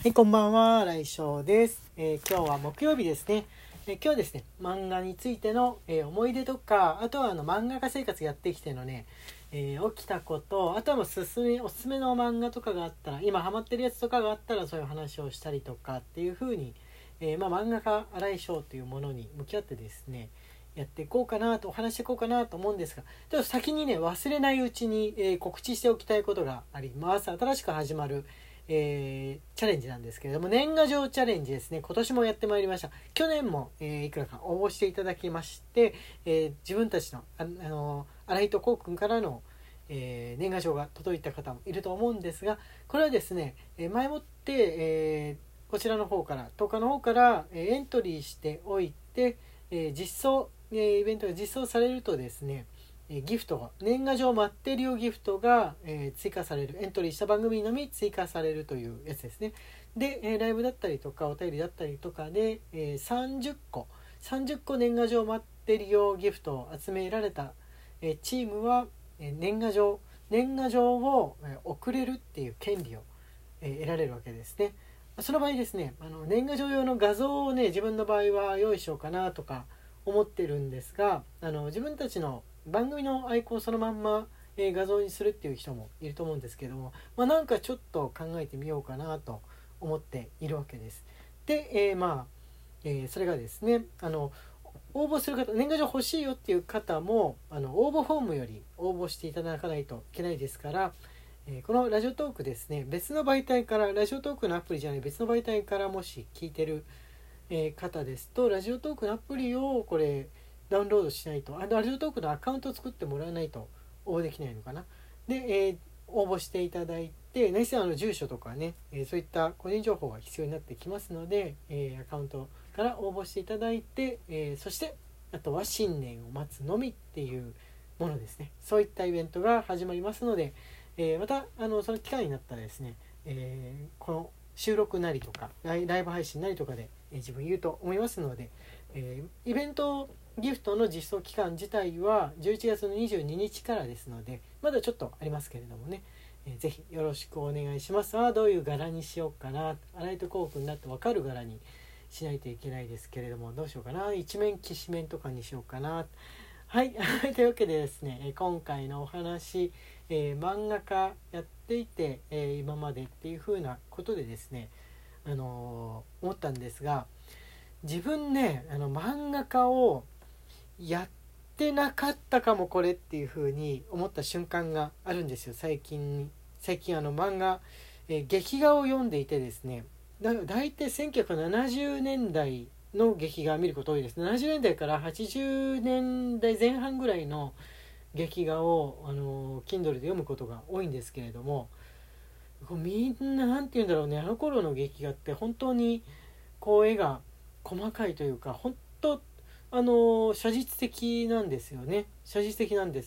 はい、こんばんは、来翔です。今日は木曜日ですね。今日はですね、漫画についての、思い出とか、あとは漫画家生活やってきてのね、起きたこと、あとはおすすめの漫画とかがあったら、今ハマってるやつとかがあったら、そういう話をしたりとかっていう風に、漫画家新井翔というものに向き合ってですね、やっていこうかなと、お話していこうかなと思うんですが、ちょっと先にね、忘れないうちに、告知しておきたいことがあります。新しく始まるチャレンジなんですけれども、年賀状チャレンジですね。今年もやってまいりました。去年も、いくらか応募していただきまして、自分たちの新井とこうくんからの、年賀状が届いた方もいると思うんですが、これはですね、前もって、こちらの方から10日の方から、エントリーしておいて、実装、イベントが実装されるとですね、ギフトが年賀状待ってるよギフトが、追加される、エントリーした番組のみ追加されるというやつですね。で、ライブだったりとかお便りだったりとかで、30個年賀状待ってるよギフトを集められた、チームは、年賀状を、送れるっていう権利を、得られるわけですね。その場合ですね、年賀状用の画像をね、自分の場合は用意しようかなとか思ってるんですが、自分たちの番組のアイコンそのまんま、画像にするっていう人もいると思うんですけども、なんかちょっと考えてみようかなと思っているわけです。で、それがですね、応募する方、年賀状欲しいよっていう方も応募フォームより応募していただかないといけないですから、このラジオトークですね、別の媒体から、ラジオトークのアプリじゃない別の媒体からもし聞いてる、方ですと、ラジオトークのアプリをこれダウンロードしないと、ラジオトークのアカウントを作ってもらわないと応募できないのかな。で、応募していただいて、何せ住所とかね、そういった個人情報が必要になってきますので、アカウントから応募していただいて、そしてあとは新年を待つのみっていうものですね。そういったイベントが始まりますので、またその機会になったらですね、この収録なりとかライブ配信なりとかで、自分言うと思いますので、イベントギフトの実装期間自体は11月の22日からですので、まだちょっとありますけれどもね、ぜひよろしくお願いします。どういう柄にしようかな、新井とこうくんだって分かる柄にしないといけないですけれども、どうしようかな、一面きしめんとかにしようかな。はいというわけでですね、今回のお話、漫画家やっていて、今までっていう風なことでですね、思ったんですが、自分ね、漫画家をやってなかったかもこれっていう風に思った瞬間があるんですよ。最近漫画、劇画を読んでいてですね、だいたい1970年代の劇画を見ること多いです。70年代から80年代前半ぐらいの劇画をKindle で読むことが多いんですけれども、みんななんて言うんだろうね、あの頃の劇画って本当にこう絵が細かいというか、本当写実的なんですよね。写実的なんです。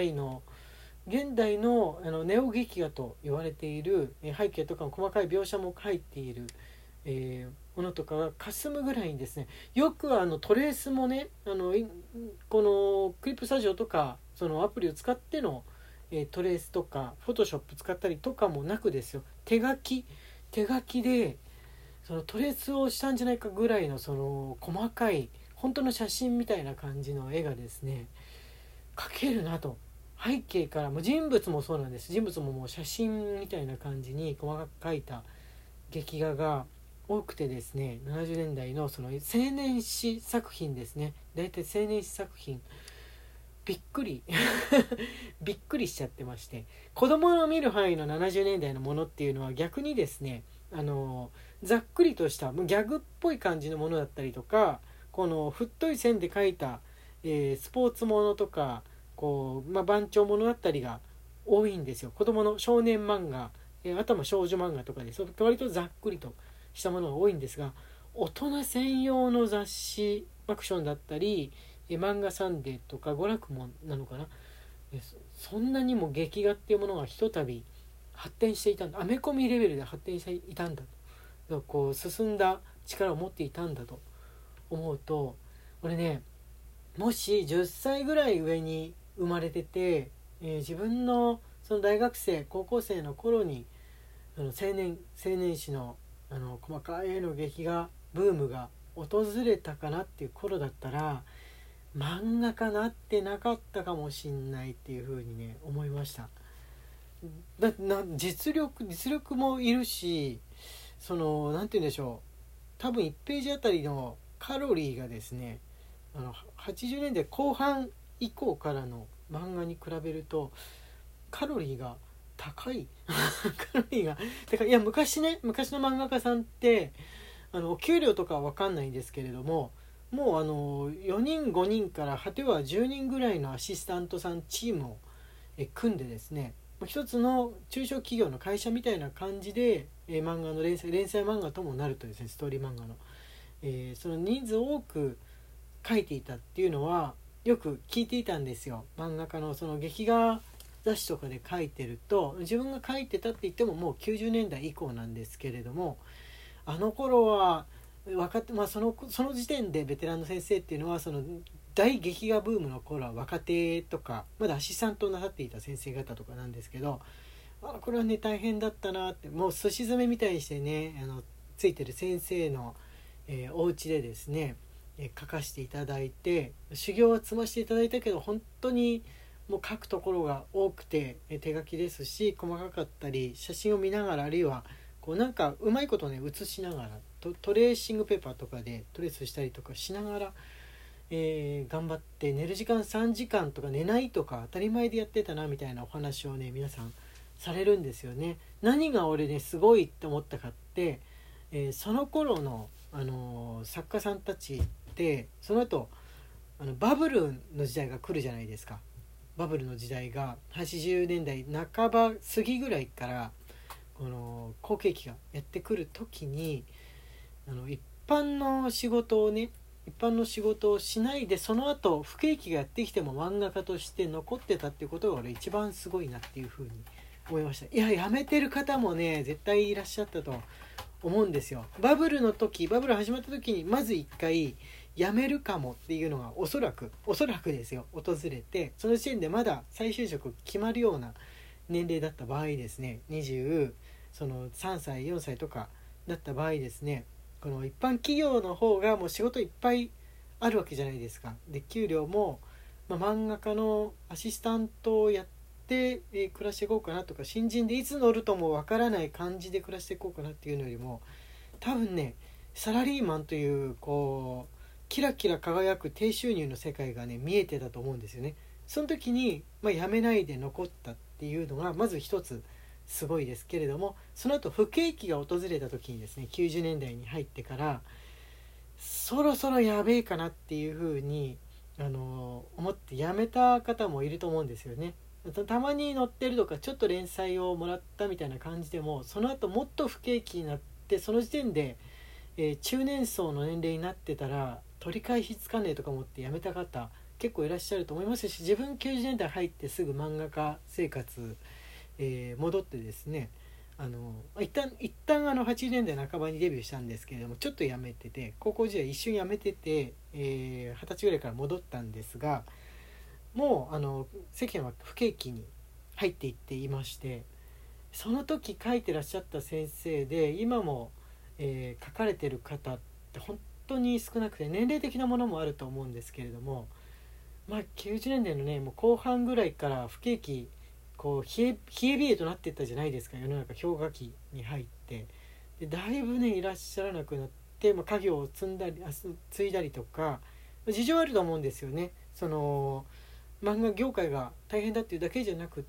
現代のネオ劇画と言われている背景とかの細かい描写も書いている、ものとかが霞むぐらいにですね、よくトレースもね、このクリップスタジオとかそのアプリを使っての、トレースとかフォトショップ使ったりとかもなくですよ、手書きでそのトレースをしたんじゃないかぐらいのその細かい本当の写真みたいな感じの絵がですね、描けるなと。背景からも人物もそうなんです。人物ももう写真みたいな感じに細かく描いた劇画が多くてですね、70年代のその青年誌作品ですね、だいたい青年誌作品びっくりびっくりしちゃってまして、子供の見る範囲の70年代のものっていうのは逆にですね、ざっくりとしたギャグっぽい感じのものだったりとか、この太い線で描いた、スポーツものとか番長ものだったりが多いんですよ。子供の少年漫画、あとは少女漫画とかで割とざっくりとしたものが多いんですが、大人専用の雑誌アクションだったり、漫画サンデーとか娯楽もなのかな、そんなにも劇画っていうものがひとたび発展していたんだ、アメコミレベルで発展していたんだと、進んだ力を持っていたんだと思うと、俺ね、もし10歳ぐらい上に生まれてて、自分のその大学生高校生の頃に青年誌の細かい絵の劇画ブームが訪れたかなっていう頃だったら漫画家なってなかったかもしんないっていう風にね思いました。実力もいるし、なんて言うんでしょう、多分1ページあたりのカロリーがですね、80年代後半以降からの漫画に比べるとカロリーが高いカロリーが高い。いや昔の漫画家さんってお給料とかは分かんないんですけれども、もう4人5人から果ては10人ぐらいのアシスタントさんチームを組んでですね、一つの中小企業の会社みたいな感じで漫画の連載漫画ともなるとですね、ストーリー漫画の、その人数多く書いていたっていうのはよく聞いていたんですよ。漫画家のその劇画雑誌とかで書いてると、自分が書いてたって言ってももう90年代以降なんですけれども、あの頃は若手、その時点でベテランの先生っていうのはその大劇画ブームの頃は若手とかまだアシスタントをなさっていた先生方とかなんですけど、これはね大変だったなって。もうすし詰めみたいにしてねついてる先生の、お家でですね、書かせていただいて修行は積ませていただいたけど、本当にもう書くところが多くて手書きですし細かかったり、写真を見ながらあるいはこうなんかうまいことね写しながらトレーシングペーパーとかでトレースしたりとかしながら、頑張って、寝る時間3時間とか寝ないとか当たり前でやってたなみたいなお話をね皆さんされるんですよね。何が俺ねすごいって思ったかって、その頃の、作家さんたちってその後バブルの時代が来るじゃないですか。バブルの時代が80年代半ば過ぎぐらいからこの好景気がやってくる時に一般の仕事をしないで、その後不景気がやってきても漫画家として残ってたっていうことが俺一番すごいなっていうふうに思いました。いや辞めてる方もね絶対いらっしゃったと思うんですよ。バブル始まった時にまず一回辞めるかもっていうのがおそらくですよ訪れて、その時点でまだ再就職決まるような年齢だった場合ですね、23歳4歳とかだった場合ですね、この一般企業の方がもう仕事いっぱいあるわけじゃないですか。で給料も、漫画家のアシスタントをやって、暮らしていこうかなとか、新人でいつ乗るともわからない感じで暮らしていこうかなっていうのよりも、多分ねサラリーマンというこうキラキラ輝く低収入の世界がね見えてたと思うんですよね。その時に、辞めないで残ったっていうのがまず一つすごいですけれども、その後不景気が訪れた時にですね、90年代に入ってからそろそろやべえかなっていうふうに思って辞めた方もいると思うんですよね。たまに載ってるとかちょっと連載をもらったみたいな感じでも、その後もっと不景気になってその時点で、中年層の年齢になってたら取り返しつかねえとか思って辞めた方結構いらっしゃると思いますし、自分90年代入ってすぐ漫画家生活、戻ってですね、一旦80年代半ばにデビューしたんですけれども、ちょっと辞めてて、高校時代一瞬辞めてて、20歳ぐらいから戻ったんですが、もう世間は不景気に入っていっていまして、その時書いてらっしゃった先生で今も、書かれてる方って本当に少なくて、年齢的なものもあると思うんですけれども、90年代のねもう後半ぐらいから不景気こう冷え冷えとなっていったじゃないですか。世の中氷河期に入って、でだいぶねいらっしゃらなくなって、家業を継いだりとか事情あると思うんですよね。漫画業界が大変だっていうだけじゃなくって、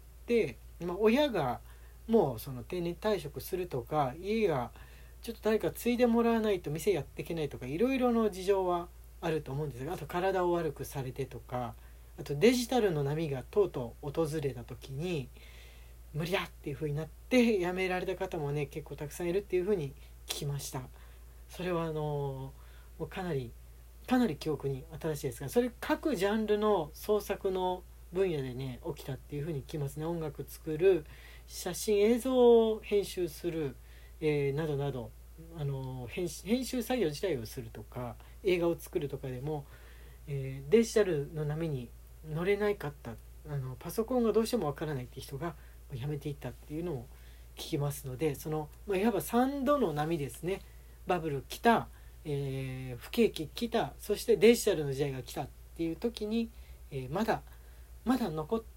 親がもう定年退職するとか、家がちょっと誰か継いでもらわないと店やっていけないとか、いろいろの事情はあると思うんですが、あと体を悪くされてとか、あとデジタルの波がとうとう訪れた時に無理だっていう風になって辞められた方もね結構たくさんいるっていう風に聞きました。それはもうかなり記憶に新しいですが、それ各ジャンルの創作の分野でね起きたっていう風に聞きますね。音楽作る、写真映像を編集する、などなど編集作業自体をするとか映画を作るとかでも、デジタルの波に乗れないかった、パソコンがどうしてもわからないって人が辞めていったっていうのをきますので、いわば3度の波ですね。バブル来た、不景気来た、そしてデジタルの時代が来たっていう時に、まだ残って、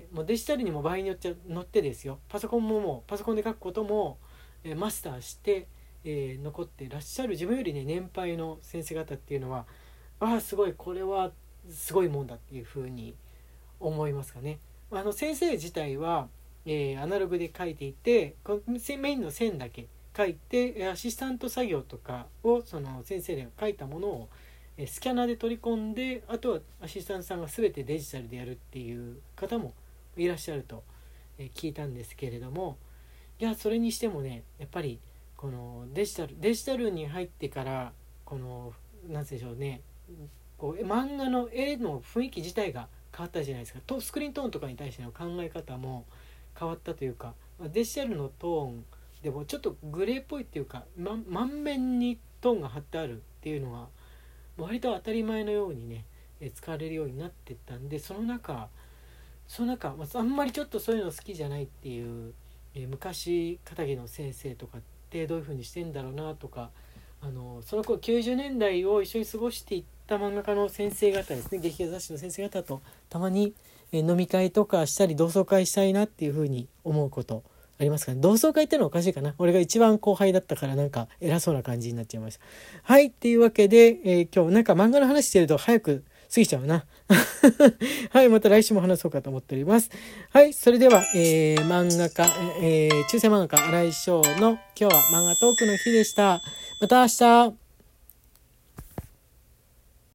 もうデジタルにも場合によって乗ってですよ、パソコンで書くことも、マスターして、残っていらっしゃる自分よりね年配の先生方っていうのは、すごい、これはすごいもんだっていうふうに思いますかね。先生自体は、アナログで書いていて、メインの線だけ書いて、アシスタント作業とかをその先生が書いたものをスキャナーで取り込んで、あとはアシスタントさんが全てデジタルでやるっていう方もいらっしゃると聞いたんですけれども、いや、それにしてもね、やっぱりこのデジタルに入ってから、この何でしょうね、こう漫画の絵の雰囲気自体が変わったじゃないですか。スクリーントーンとかに対しての考え方も変わったというか、デジタルのトーンでもちょっとグレーっぽいっていうか、満面にトーンが貼ってあるっていうのは割と当たり前のようにね使われるようになってったんで、その中、あんまりちょっとそういうの好きじゃないっていう、昔片桐の先生とかってどういう風にしてんだろうなとか、その頃90年代を一緒に過ごしていった漫画家の先生方ですね、劇画雑誌の先生方とたまに飲み会とかしたり同窓会したいなっていう風に思うことありますかね。同窓会ってのはおかしいかな。俺が一番後輩だったからなんか偉そうな感じになっちゃいました。はい、っていうわけで、今日なんか漫画の話してると早く過ぎちゃうな。はい、また来週も話そうかと思っております。はい、それでは、漫画家、中世漫画家新井翔の今日は漫画トークの日でした。また明日。